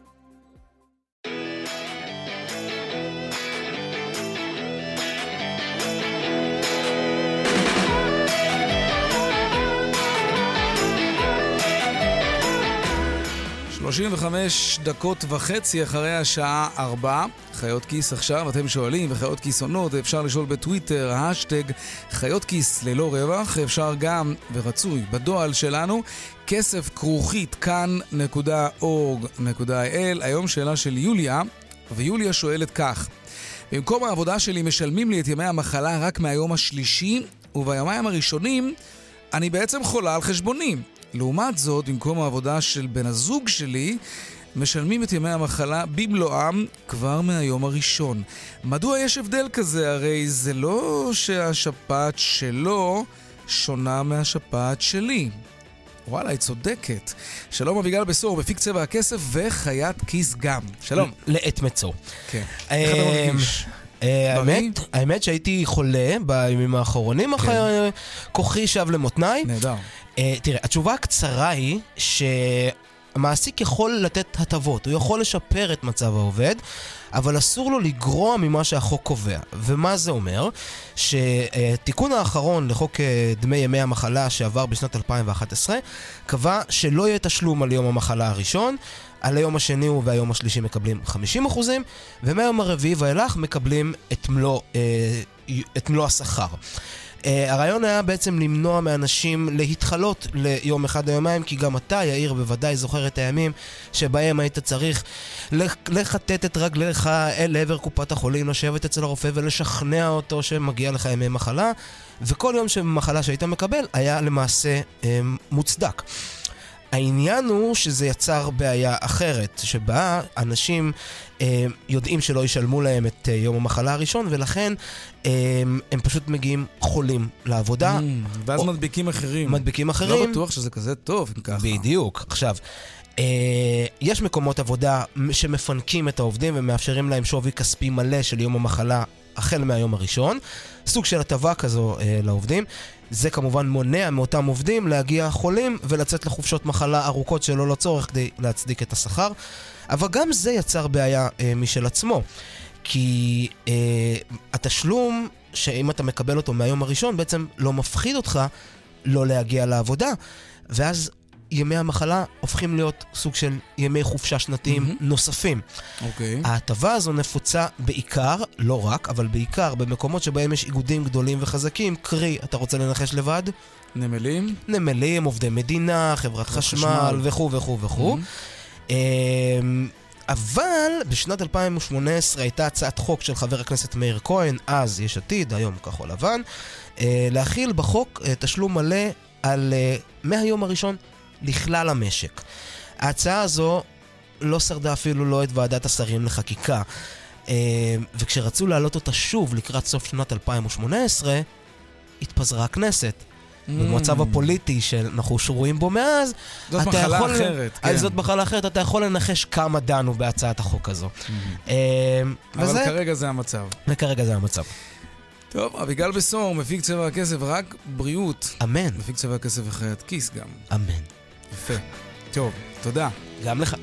S3: דקות וחצי אחרי השעה 4. חיות כיס עכשיו, אתם שואלים, וחיות כיס עונות, אפשר לשאול בטוויטר, השטג חיות כיס ללא רווח, אפשר גם, ורצוי, בדואל שלנו, כסף@כאן.org.il. היום שאלה של יוליה, ויוליה שואלת כך: במקום העבודה שלי משלמים לי את ימי המחלה רק מהיום השלישי, וביומיים הראשונים אני בעצם חולה על חשבונים. לעומת זאת, במקום העבודה של בן הזוג שלי, משלמים את ימי המחלה במלואם כבר מהיום הראשון. מדוע יש הבדל כזה? הרי זה לא שהשפעת שלו שונה מהשפעת שלי. וואלה, היא צודקת. שלום אביגל בסור, מפיק צבע הכסף וחיית כיס גם. שלום.
S7: לעת מצוא.
S3: כן. איך אתה מרגיש?
S7: האמת שהייתי חולה בימים האחרונים, אחרי כוחי שב למותניי.
S3: נהדר.
S7: תראה, התשובה הקצרה היא שהמעסיק יכול לתת הטבות, הוא יכול לשפר את מצב העובד, אבל אסור לו לגרוע ממה שהחוק קובע. ומה זה אומר? שתיקון האחרון לחוק דמי ימי המחלה שעבר בשנת 2011 קבע שלא יהיה תשלום על יום המחלה הראשון, על היום השני והיום השלישי מקבלים 50%, ומהיום הרביעי ואילך מקבלים את מלוא השכר. הרעיון היה בעצם למנוע מאנשים להתחלות ליום אחד או יומיים, כי גם אתה, יאיר, בוודאי זוכר את הימים שבהם היית צריך לחטט את רגליך אל עבר קופת החולים, לשבת אצל הרופא ולשכנע אותו שמגיע לך ימי מחלה, וכל יום שמחלה שהיית מקבל היה למעשה מוצדק. העניין הוא שזה יצר בעיה אחרת, שבה אנשים יודעים שלא ישלמו להם את יום המחלה הראשון, ולכן הם פשוט מגיעים חולים לעבודה.
S3: ואז מדביקים אחרים. לא בטוח שזה כזה טוב, אם ככה.
S7: בדיוק. עכשיו, יש מקומות עבודה שמפנקים את העובדים ומאפשרים להם שווי כספי מלא של יום המחלה החל מהיום הראשון. סוג של הטבה כזו לעובדים. זה כמובן מונע מאותם עובדים להגיע חולים ולצאת לחופשות מחלה ארוכות שלא לצורך כדי להצדיק את השכר. אבל גם זה יצר בעיה משל עצמו. כי התשלום, שאם אתה מקבל אותו מהיום הראשון, בעצם לא מפחיד אותך לא להגיע לעבודה. ואז ימי המחלה הופכים להיות סוג של ימי חופשה שנתיים נוספים. ההטבה הזו נפוצה בעיקר, לא רק, אבל בעיקר במקומות שבהם יש איגודים גדולים וחזקים, קרי, אתה רוצה לנחש לבד?
S3: נמלים?
S7: נמלים, עובדי מדינה, חברת חשמל וכו' וכו' וכו'. אבל בשנת 2018 הייתה הצעת חוק של חבר הכנסת מאיר כהן, אז יש עתיד, היום כחול לבן, להכיל בחוק תשלום מלא על מהיום הראשון לכלל המשק. ההצעה הזו לא שרדה אפילו לא את ועדת השרים לחקיקה, וכשרצו להעלות אותה שוב לקראת סוף שנת 2018, התפזרה הכנסת. במצב הפוליטי שאנחנו שרואים בו מאז,
S3: זאת מחלה אחרת, כן.
S7: זאת מחלה אחרת, אתה יכול לנחש כמה דנו בהצעת החוק הזו.
S3: אבל כרגע זה המצב.
S7: וכרגע זה המצב.
S3: טוב, אביגל בסור, מפיק צבע הכסף, רק בריאות.
S7: אמן.
S3: מפיק צבע הכסף וחיית כיס גם.
S7: אמן.
S3: יפה. טוב, תודה.
S7: גם לך.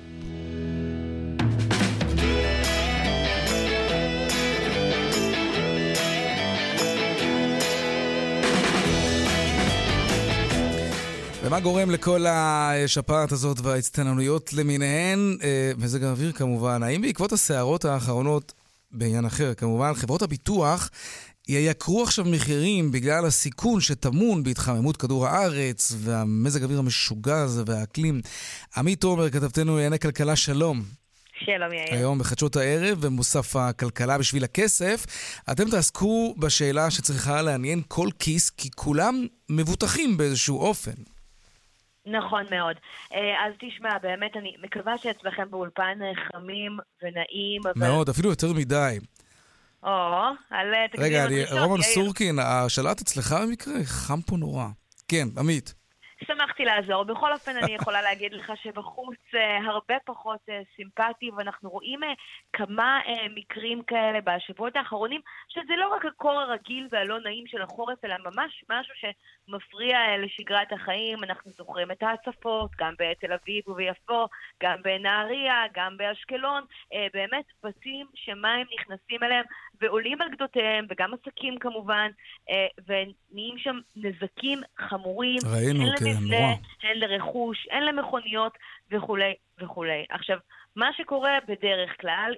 S3: ומה גורם לכל השפעת הזאת וההצטננויות למיניהן? מזג האוויר כמובן. האם בעקבות הסערות האחרונות, בעניין אחר כמובן, חברות הביטוח ייקרו עכשיו מחירים בגלל הסיכון שטמון בהתחממות כדור הארץ והמזג האוויר המשוגע הזה והאקלים? עמית תומר, כתבתנו לענייני כלכלה, שלום.
S8: שלום יאיר.
S3: היום בחדשות הערב ומוסף הכלכלה בשביל הכסף, אתם תעסקו בשאלה שצריכה לעניין כל כיס, כי כולם מבוטחים באיזשהו אופן.
S8: נכון מאוד. אז תשמע, באמת אני מקווה שאצלכם באולפן חמים ונעים.
S3: מאוד, אפילו יותר מדי. רגע, רומן סורקין, השלט אצלך במקרה חם פה נורא. כן, עמית.
S8: שמחתי לעזור. בכל אופן אני יכולה להגיד לך שבחוץ הרבה פחות סימפטי, ואנחנו רואים כמה מקרים כאלה בשבועות האחרונים, שזה לא רק הקור הרגיל והלא נעים של החורף, אלא ממש משהו שמפריע לשגרת החיים. אנחנו זוכרים את ההצפות, גם בתל אביב וביפו, גם בנהריה, גם באשקלון, באמת בתים שמים נכנסים אליהם ועולים על גדותיהם, וגם עסקים כמובן, ונהיים שם נזקים חמורים.
S3: ראינו, כן, נורא.
S8: הן לרכוש, הן למכוניות וכולי וכולי. עכשיו, מה שקורה בדרך כלל,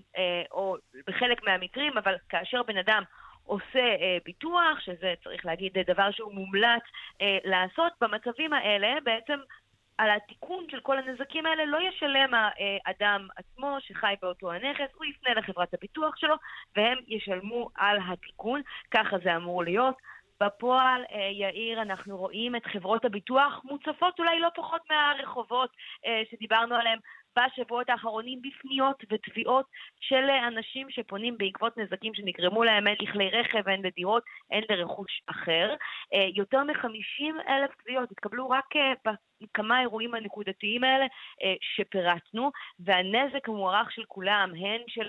S8: או בחלק מהמקרים, אבל כאשר בן אדם עושה ביטוח, שזה צריך להגיד דבר שהוא מומלץ לעשות, במצבים האלה בעצם על התיקון של כל הנזקים האלה לא ישלם האדם עצמו שחי באותו הנכס, הוא יפנה לחברת הביטוח שלו והם ישלמו על התיקון, ככה זה אמור להיות. בפועל, יאיר, אנחנו רואים את חברות הביטוח מוצפות אולי לא פחות מהרחובות שדיברנו עליהם בשבועות האחרונים בפניות ותביעות של אנשים שפונים בעקבות נזקים שנגרמו להם, הן לכלי רכב, הן לדירות, הן לרכוש אחר. יותר מ-50,000 תביעות התקבלו רק בכמה אירועים הנקודתיים האלה שפירטנו, והנזק המוערך של כולם, הן של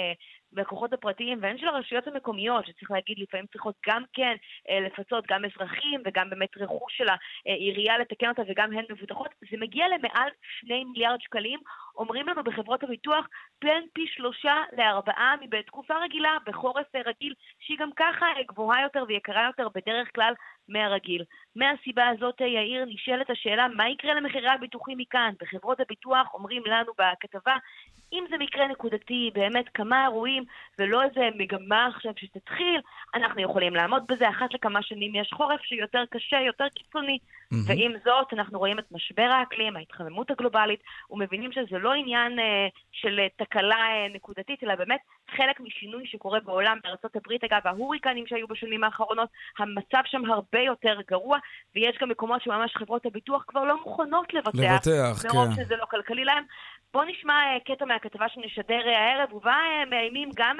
S8: בכוחות הפרטיים והן של הרשויות המקומיות, שצריך להגיד לפעמים צריכות גם כן לפצות גם אזרחים וגם באמת רכוש של העירייה לתקן אותה וגם הן מבוטחות, זה מגיע למעל 2 מיליארד שקלים, אומרים לנו בחברות הביטוח בין פי 3 ל4 בתקופה רגילה, בחורף רגיל, שהיא גם ככה גבוהה יותר ויקרה יותר בדרך כלל מהרגיל. מהסיבה הזאת, יאיר, נשאלת השאלה, מה יקרה למחירי הביטוחים מכאן? בחברות הביטוח אומרים לנו בכתבה, אם זה מקרה נקודתי, באמת כמה אירועים, ולא איזה מגמה עכשיו שתתחיל, אנחנו יכולים לעמוד בזה. אחת לכמה שנים יש חורף שיותר קשה, יותר קיצוני, ועם זאת אנחנו רואים את משבר האקלים, ההתחממות הגלובלית, ומבינים שזה לא עניין של תקלה נקודתית, אלא באמת חלק משינוי שקורה בעולם. בארצות הברית, אגב, ההוריקנים שהיו בשנים האחרונות, המצב שם הרבה יותר גרוע, ויש גם מקומות שממש חברות הביטוח כבר לא מוכנות לבטח, מרוב כן. שזה לא כלכלי להם. בוא נשמע קטע מהכתבה שנשדר הערב, ובה מאיימים גם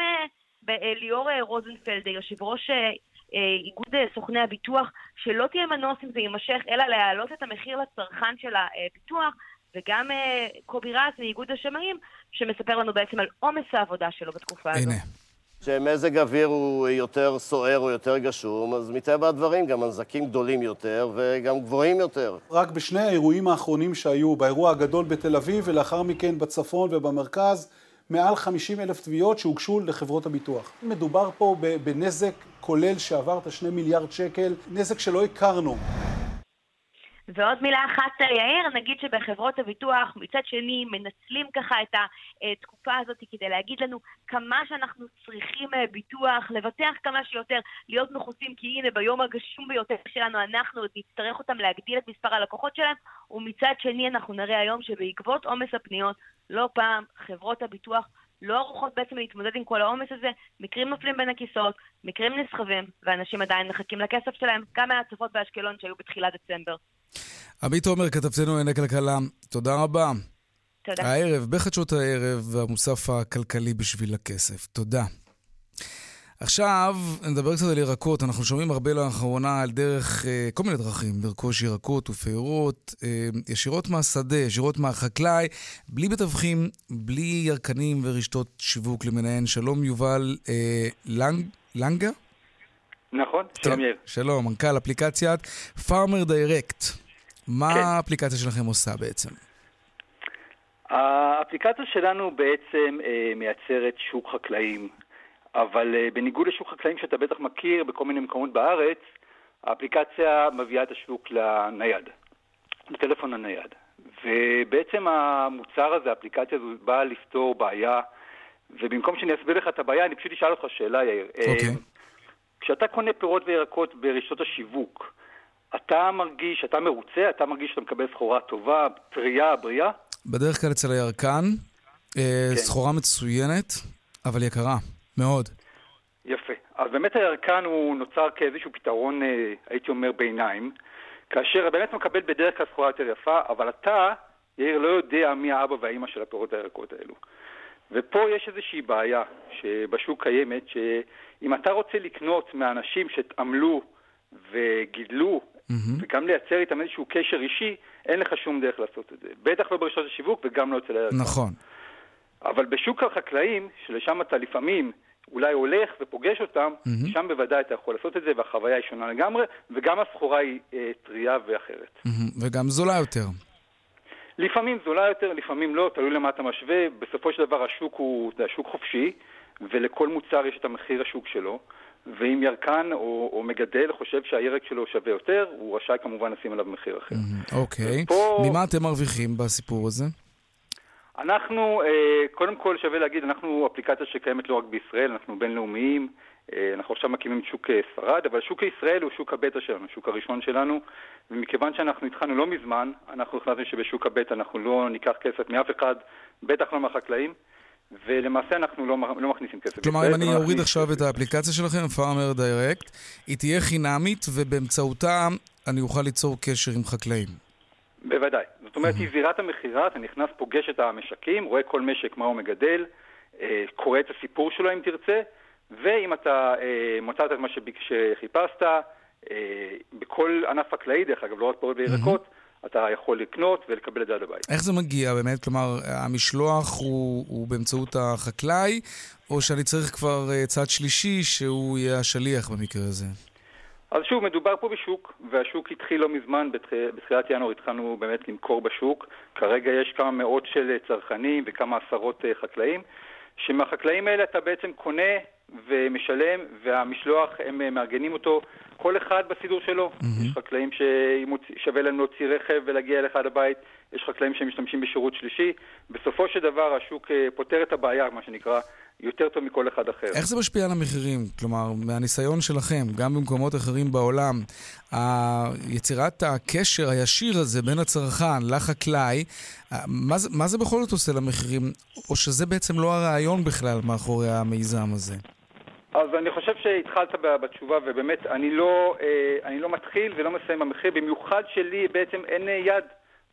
S8: ליאור רוזנפלד, יושב ראש איגוד סוכני הביטוח, שלא תהיה מנוס אם זה יימשך, אלא להעלות את המחיר לצרכן של הביטוח, וגם קובי רז מאיגוד השמאים, שמספר לנו בעצם על עומס העבודה שלו בתקופה הזו.
S9: הנה. שמזג האוויר הוא יותר סוער או יותר גשום, אז מטבע הדברים גם הנזקים גדולים יותר וגם גבוהים יותר.
S10: רק בשני האירועים האחרונים שהיו, באירוע הגדול בתל אביב ולאחר מכן בצפון ובמרכז, מעל 50,000 תביעות שהוגשו לחברות הביטוח. מדובר פה בנזק כולל שעבר את 2 מיליארד שקל, נזק שלא הכרנו.
S8: ועוד מילה אחת, יאיר, נגיד שבחברות הביטוח מצד שני מנצלים ככה את התקופה הזאת כדי להגיד לנו כמה שאנחנו צריכים ביטוח, לבטח כמה שיותר, להיות מכוסים, כי הנה ביום הגשום ביותר שלנו אנחנו עוד נצטרך אותם להגדיל את מספר הלקוחות שלהם, ומצד שני אנחנו נראה היום שבעקבות עומס הפניות, לא פעם חברות הביטוח לא ערוכות בעצם להתמודד עם כל העומס הזה, מקרים נופלים בין הכיסאות, מקרים נסחבים, ואנשים עדיין מחכים לכסף שלהם, גם מהצפות באשקלון שהיו בתחילת דצמבר.
S3: עמית עומר, כתבתנו לענייני כלכלה, תודה רבה.
S8: תודה.
S3: הערב, בחדשות הערב, המוסף הכלכלי בשביל הכסף. תודה. עכשיו נדבר קצת על ירקות. אנחנו שומעים הרבה לאחרונה על דרך, כל מיני דרכים, לרכוש ירקות ופירות, ישירות מהשדה, ישירות מהחקלאי, בלי מתווכים, בלי ירקנים ורשתות שיווק למיניהן. שלום יובל לנגה?
S11: נכון, שלום יאיר.
S3: שלום, מנכ"ל אפליקציית Farmer Direct. מה האפליקציה שלכם עושה בעצם?
S11: האפליקציה שלנו בעצם מייצרת שוק חקלאים, אבל בניגוד לשוק חקלאים שאתה בטח מכיר בכל מיני מקומות בארץ, האפליקציה מביאה את השוק לנייד, לטלפון הנייד. ובעצם המוצר הזה, האפליקציה הזו, באה לפתור בעיה, ובמקום שאני אסביר לך את הבעיה, אני פשוט אשאל אותך שאלה, יאיר.
S3: אוקיי.
S11: כשאתה קונה פירות וירקות ברשתות השיווק, אתה מרגיש, אתה מרוצה, אתה מרגיש שאתה מקבל סחורה טובה, טריה, בריאה?
S3: בדרך כלל אצל הירקן, סחורה מצוינת, אבל יקרה, מאוד.
S11: יפה. אז באמת הירקן הוא נוצר כאיזשהו פתרון, הייתי אומר, ביניים, כאשר באמת מקבל בדרך כלל סחורה יותר יפה, אבל אתה, יאיר, לא יודע מי האבא והאמא של הפירות והירקות האלו. ופה יש איזושהי בעיה שבשוק קיימת, שאם אתה רוצה לקנות מאנשים שתעמלו וגידלו, וגם לייצר איתם איזשהו קשר אישי, אין לך שום דרך לעשות את זה. בטח לא ברשתות השיווק וגם לא אצל הירקן.
S3: נכון.
S11: אבל בשוק החקלאים, שלשם אתה לפעמים אולי הולך ופוגש אותם, שם בוודאי אתה יכול לעשות את זה, והחוויה היא שונה לגמרי, וגם הסחורה היא טריה ואחרת.
S3: וגם זולה יותר.
S11: לפעמים זולה יותר, לפעמים לא, תלוי למה אתה משווה. בסופו של דבר השוק הוא שוק חופשי, ולכל מוצר יש את המחיר השוק שלו, ואם ירקן או מגדל חושב שהירק שלו שווה יותר, הוא רשאי כמובן לשים עליו מחיר אחר.
S3: אוקיי. ממה אתם מרוויחים בסיפור הזה?
S11: אנחנו, קודם כל שווה להגיד, אנחנו אפליקציה שקיימת לא רק בישראל, אנחנו בינלאומיים, אנחנו עכשיו מקימים את שוק ספרד, אבל שוק ישראל הוא שוק הבטא שלנו, שוק הראשון שלנו, ומכיוון שאנחנו התחלנו לא מזמן, אנחנו החלטנו שבשוק הבטא אנחנו לא ניקח כסף מאף אחד, בטח לא מהחקלאים, ולמעשה אנחנו לא מכניסים כסף.
S3: כלומר, אם אני אוריד עכשיו את האפליקציה שלכם, Farmer Direct, היא תהיה חינמית, ובאמצעותה אני אוכל ליצור קשר עם חקלאים.
S11: בוודאי. זאת אומרת, היא זירת המחירה, אתה נכנס, פוגש את המשקים, רואה כל משק מה הוא מגדל, קורא את הסיפור שלו אם תרצה, ואם אתה מוצאת את מה שחיפשת, בכל ענף חקלאי, דרך אגב, לא רק פירות וירקות, אתה יכול לקנות ולקבל את זה עד הבית.
S3: איך זה מגיע באמת? כלומר, המשלוח הוא באמצעות החקלאי, או שאני צריך כבר צד שלישי שהוא יהיה השליח במקרה הזה?
S11: אז שוב, מדובר פה בשוק, והשוק התחיל לא מזמן, בתחילת ינואר התחלנו באמת למכור בשוק. כרגע יש כמה מאות של צרכנים וכמה עשרות חקלאים, שמהחקלאים האלה אתה בעצם קונה ומשלם, והמשלוח הם מארגנים אותו כל אחד בסידור שלו. יש חקלאים ששווה להם להוציא רכב ולהגיע אליך עד הבית, יש חקלאים שמשתמשים בשירות שלישי. בסופו של דבר השוק פותר את הבעיה, מה שנקרא, יותר טוב מכל אחד אחר.
S3: איך זה משפיע על המחירים? כלומר, מהניסיון שלכם, גם במקומות אחרים בעולם, יצירת הקשר הישיר הזה בין הצרכן לחקלאי, מה זה בכל זאת עושה למחירים? או שזה בעצם לא הרעיון בכלל מאחורי המיזם הזה?
S11: אז אני חושב שהתחלת בתשובה, ובאמת אני לא מתחיל ולא מסיים במחיר, במיוחד שלי בעצם אין יד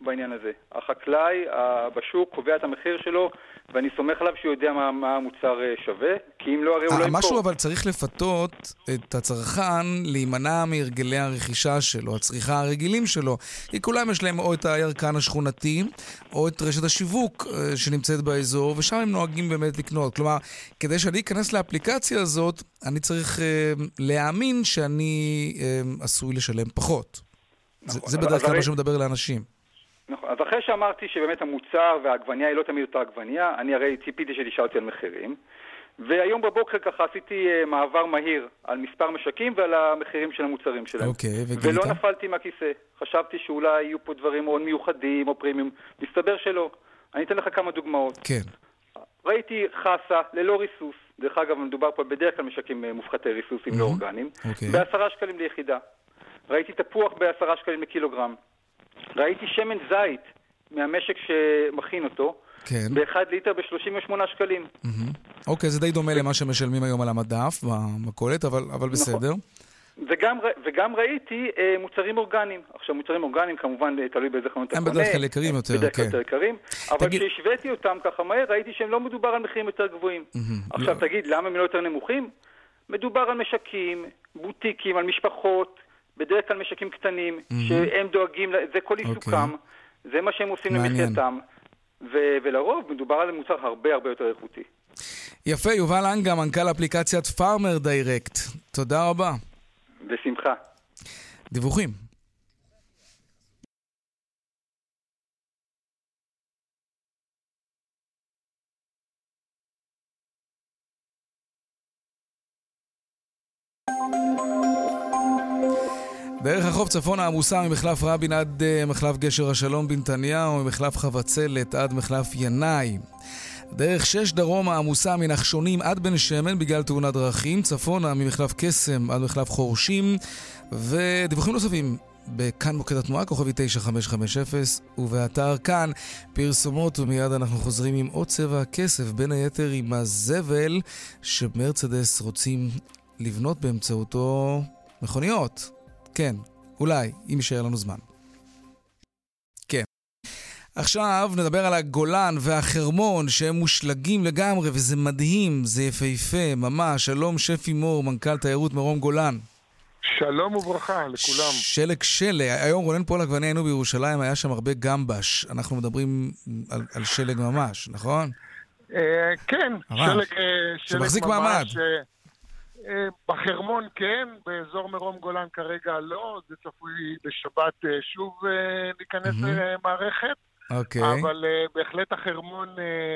S11: בעניין הזה. החקלאי בשוק קובע את המחיר שלו, ואני סומך עליו שהוא יודע מה המוצר שווה, כי אם לא, הרי הוא לא ימכור.
S3: משהו אבל צריך לפתות את הצרכן להימנע מהרגלי הרכישה שלו, הצריכה הרגילים שלו. כי כולם יש להם או את הירקן השכונתי, או את רשת השיווק שנמצאת באזור, ושם הם נוהגים באמת לקנות. כלומר, כדי שאני אכנס לאפליקציה הזאת, אני צריך להאמין שאני עשוי לשלם פחות. נכון, זה בדרך כלל מה שמדבר לאנשים.
S11: נכון, אז אחרי שאמרתי שבאמת המוצר והעגבניה היא לא תמיד אותה עגבניה, אני הרי ציפיתי שתשאלתי על מחירים, והיום בבוקר ככה עשיתי מעבר מהיר על מספר משקים ועל המחירים של המוצרים שלהם. ולא נפלתי מהכיסא. חשבתי שאולי יהיו פה דברים מאוד מיוחדים או פרימיום. מסתבר שלא. אני אתן לך כמה דוגמאות.
S3: כן.
S11: ראיתי חסה ללא ריסוס. דרך אגב, מדובר פה בדרך כלל משקים מופחתי ריסוס עם לא אורגנים. ב10 שקלים ליחידה. ראיתי תפוח ב10 שקלים לקילוגרם. ראיתי שמן זית מהמשק שמכין אותו, ב1 ליטר ב38 שקלים.
S3: אוקיי, זה די דומה למה שמשלמים היום על המדף במכולת, אבל בסדר.
S11: וגם ראיתי מוצרים אורגניים. עכשיו, מוצרים אורגניים כמובן תלוי באיזה חנות אתה קונה.
S3: הם בדרך כלל יקרים יותר,
S11: בדרך כלל יותר יקרים. אבל כשהשוויתי אותם ככה מהר, ראיתי שהם לא מדובר על מחירים יותר גבוהים. עכשיו, תגיד, למה הם לא יותר נמוכים? מדובר על משקים, בוטיקים, על משפחות, בדרך כלל משקים קטנים, שהם דואגים, זה כל עיסוקם, זה מה שהם עושים למחייתם, ולרוב מדובר על מוצר הרבה הרבה יותר איכותי.
S3: יפה, יובל אנגה, מנכ"ל אפליקציית פארמר דיירקט. תודה רבה.
S11: בשמחה.
S3: דיווחים. דרך החוף צפון העמוסה ממחלף רבין עד מחלף גשר השלום בנתניהו, ממחלף חבצלת עד מחלף ינאי. דרך 6 דרום העמוסה מנחשונים עד בן שמן בגלל תאונת דרכים, צפונה ממחלף קסם עד מחלף חורשים, ודיווחים נוספים בכאן מוקד התנועה, כוכבי 9550, ובאתר כאן פרסומות, ומיד אנחנו חוזרים עם עוד צבע הכסף, בין היתר עם הזבל שמרצדס רוצים לבנות באמצעותו מכוניות. כן, אולי, אם יישאר לנו זמן. כן. עכשיו נדבר על הגולן והחרמון שהם מושלגים לגמרי, וזה מדהים, זה יפהפה, ממש. שלום שפי מור, מנכ"ל תיירות מרום גולן.
S12: שלום וברכה לכולם.
S3: שלג. היום רונן פולק ואני היינו בירושלים, היה שם הרבה גמבש. אנחנו מדברים על שלג ממש, נכון?
S12: כן,
S3: שלג מחזיק מעמד.
S12: בחרמון כן, באזור מרום גולן כרגע לא, זה צפוי בשבת שוב להיכנס למערכת, אבל בהחלט החרמון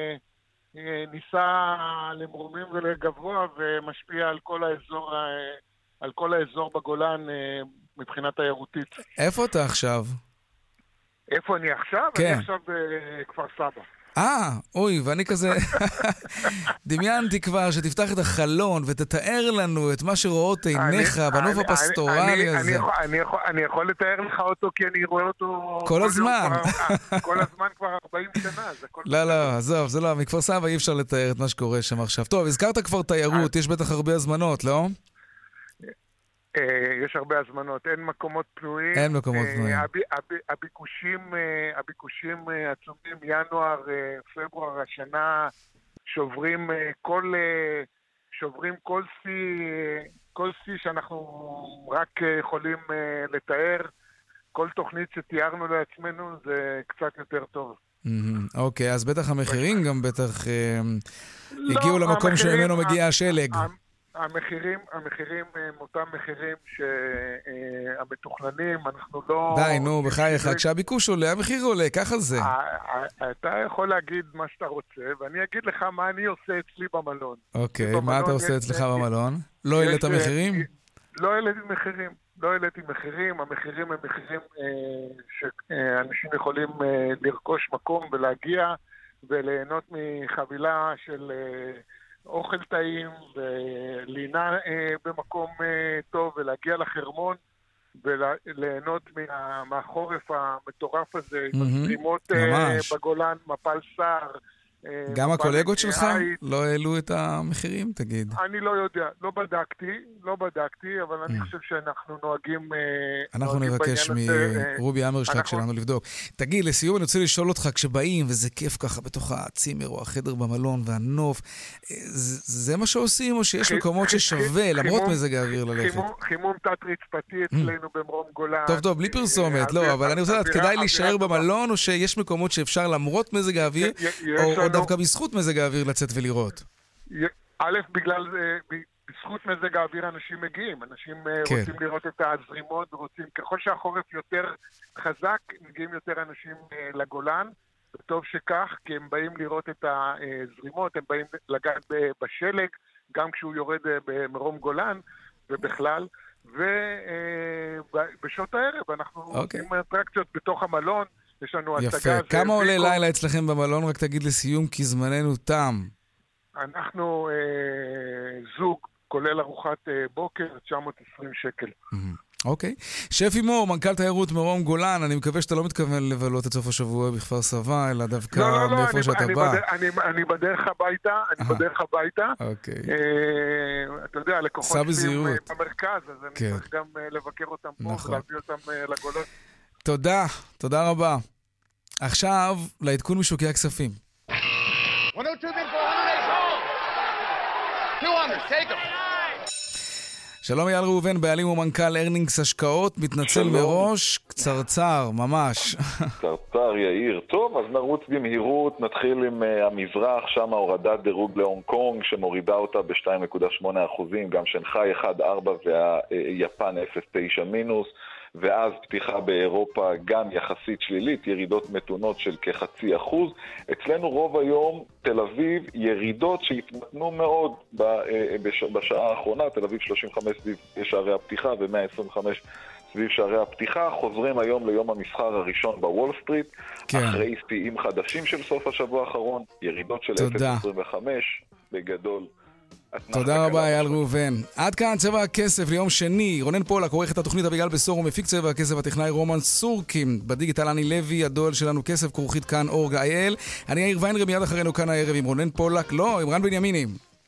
S12: ניסה למרומים ולגבוה ומשפיע על כל האזור בגולן מבחינה תיירותית.
S3: איפה אתה עכשיו?
S12: איפה אני עכשיו?
S3: כן.
S12: אני עכשיו בכפר סבא.
S3: אוי, ואני כזה דמיינתי כבר שתפתח את החלון ותתאר לנו את מה שרואות עיניך בנוף הפסטורלי הזה.
S12: אני יכול לתאר לך אותו כי אני רואה אותו
S3: כל הזמן.
S12: כל הזמן כבר 40 שנה.
S3: לא, עזוב, זה לא, מכפר סבא אי אפשר לתאר את מה שקורה שם עכשיו. טוב, הזכרת כבר תיירות, יש בטח הרבה הזמנות, לא?
S12: יש הרבה הזמנות, אין מקומות פנויים.
S3: אין מקומות פנויים.
S12: הביקושים עצומים, ינואר, פברואר השנה, שוברים כל שיא שאנחנו רק יכולים לתאר. כל תוכנית שתיארנו לעצמנו זה קצת יותר טוב.
S3: אוקיי, אז בטח המחירים גם בטח הגיעו למקום שממנו מגיע השלג.
S12: המחירים הם אותם מחירים שהמתוכננים, אנחנו לא...
S3: די, נו, בחייך, כשהביקוש עולה, המחיר עולה, ככה זה.
S12: אתה יכול להגיד מה שאתה רוצה, ואני אגיד לך מה אני עושה אצלי במלון.
S3: אוקיי, מה אתה עושה אצלך במלון? לא העלית מחירים?
S12: לא העליתי מחירים, המחירים הם מחירים שאנשים יכולים לרכוש מקום ולהגיע וליהנות מחבילה של... אוכל טעים ולינה במקום טוב ולהגיע לחרמון וליהנות מהחורף המטורף הזה, עם הזרימות בגולן, מפל סער,
S3: גם הקולגות שלך לא העלו את המחירים, תגיד?
S12: אני לא יודע, לא בדקתי, אבל אני חושב שאנחנו נוהגים...
S3: אנחנו נבקש מרובי אמרשטק שלנו לבדוק. תגיד, לסיום אני רוצה לשאול אותך, כשבאים, וזה כיף ככה בתוך הצימר או החדר במלון והנוף, זה מה שעושים, או שיש מקומות ששווה, למרות מזג האוויר ללכת?
S12: חימום תת-רצפתי אצלנו במרום גולן.
S3: טוב, בלי פרסומת, לא, אבל אני רוצה לדעת, כדאי להישאר במלון, או שיש מקומות שאפשר למרות מזג האוויר, או דווקא בזכות מזג האוויר לצאת ולראות?
S12: א', בזכות מזג האוויר אנשים מגיעים, אנשים רוצים לראות את הזרימות, ככל שהחורף יותר חזק, מגיעים יותר אנשים לגולן, וטוב שכך, כי הם באים לראות את הזרימות, הם באים לגעת בשלג, גם כשהוא יורד במרום גולן, ובכלל, ובשעות הערב אנחנו עושים אטרקציות בתוך המלון, יש לנו הצגה...
S3: יפה. כמה עולה לילה אצלכם במלון? רק תגיד לסיום, כי זמננו תם.
S12: אנחנו זוג, כולל ארוחת בוקר, 920 שקל.
S3: אוקיי. שפי מור, מנכ"ל תיירות מרום גולן, אני מקווה שאתה לא מתכוון לבלות את סוף השבוע בכפר סבא, אלא דווקא מאיפה שאתה בא.
S12: אני בדרך הביתה.
S3: אוקיי.
S12: אתה יודע, לקוחות שלי במרכז, אז אני צריך גם לבקר אותם פה ולהביא אותם לגולן.
S3: תודה רבה. עכשיו, לעדכון משוקי הכספים.
S13: 102 200, take them.
S3: שלום אייל ראובן, בעלים ומנכ"ל ארנינגס השקעות, מתנצל מראש, קצרצר, ממש.
S14: קצרצר, יאיר. טוב, אז נרוץ במהירות, נתחיל עם המזרח, שם הורדת דירוג להונג קונג, שמורידה אותה ב-2.8%, גם שנחאי 1.4 והיפן 0.9 מינוס, ואז פתיחה באירופה גם יחסית שלילית, ירידות מתונות של כ0.5%. אצלנו רוב היום תל אביב ירידות שהתמתנו מאוד בשעה האחרונה, תל אביב 35 סביב שערי הפתיחה ו125 סביב שערי הפתיחה. חוזרים היום ליום המסחר הראשון בוול סטריט, אחרי שיאים חדשים של סוף השבוע האחרון, ירידות של 0.25 בגדול.
S3: תודה רבה אייל ראובן. עד כאן צבע הכסף ליום שני. רונן פולק עורך את התוכנית, אביגל בשור ומפיק צבע הכסף, הטכנאי רומן סורקים, בדיגיטל אני לוי, הדואל שלנו כסף כרוכית כאן אורג.il. אני יאיר ויינרב, מיד אחרינו כאן הערב עם רונן פולק, לא, עם רן בנימינים.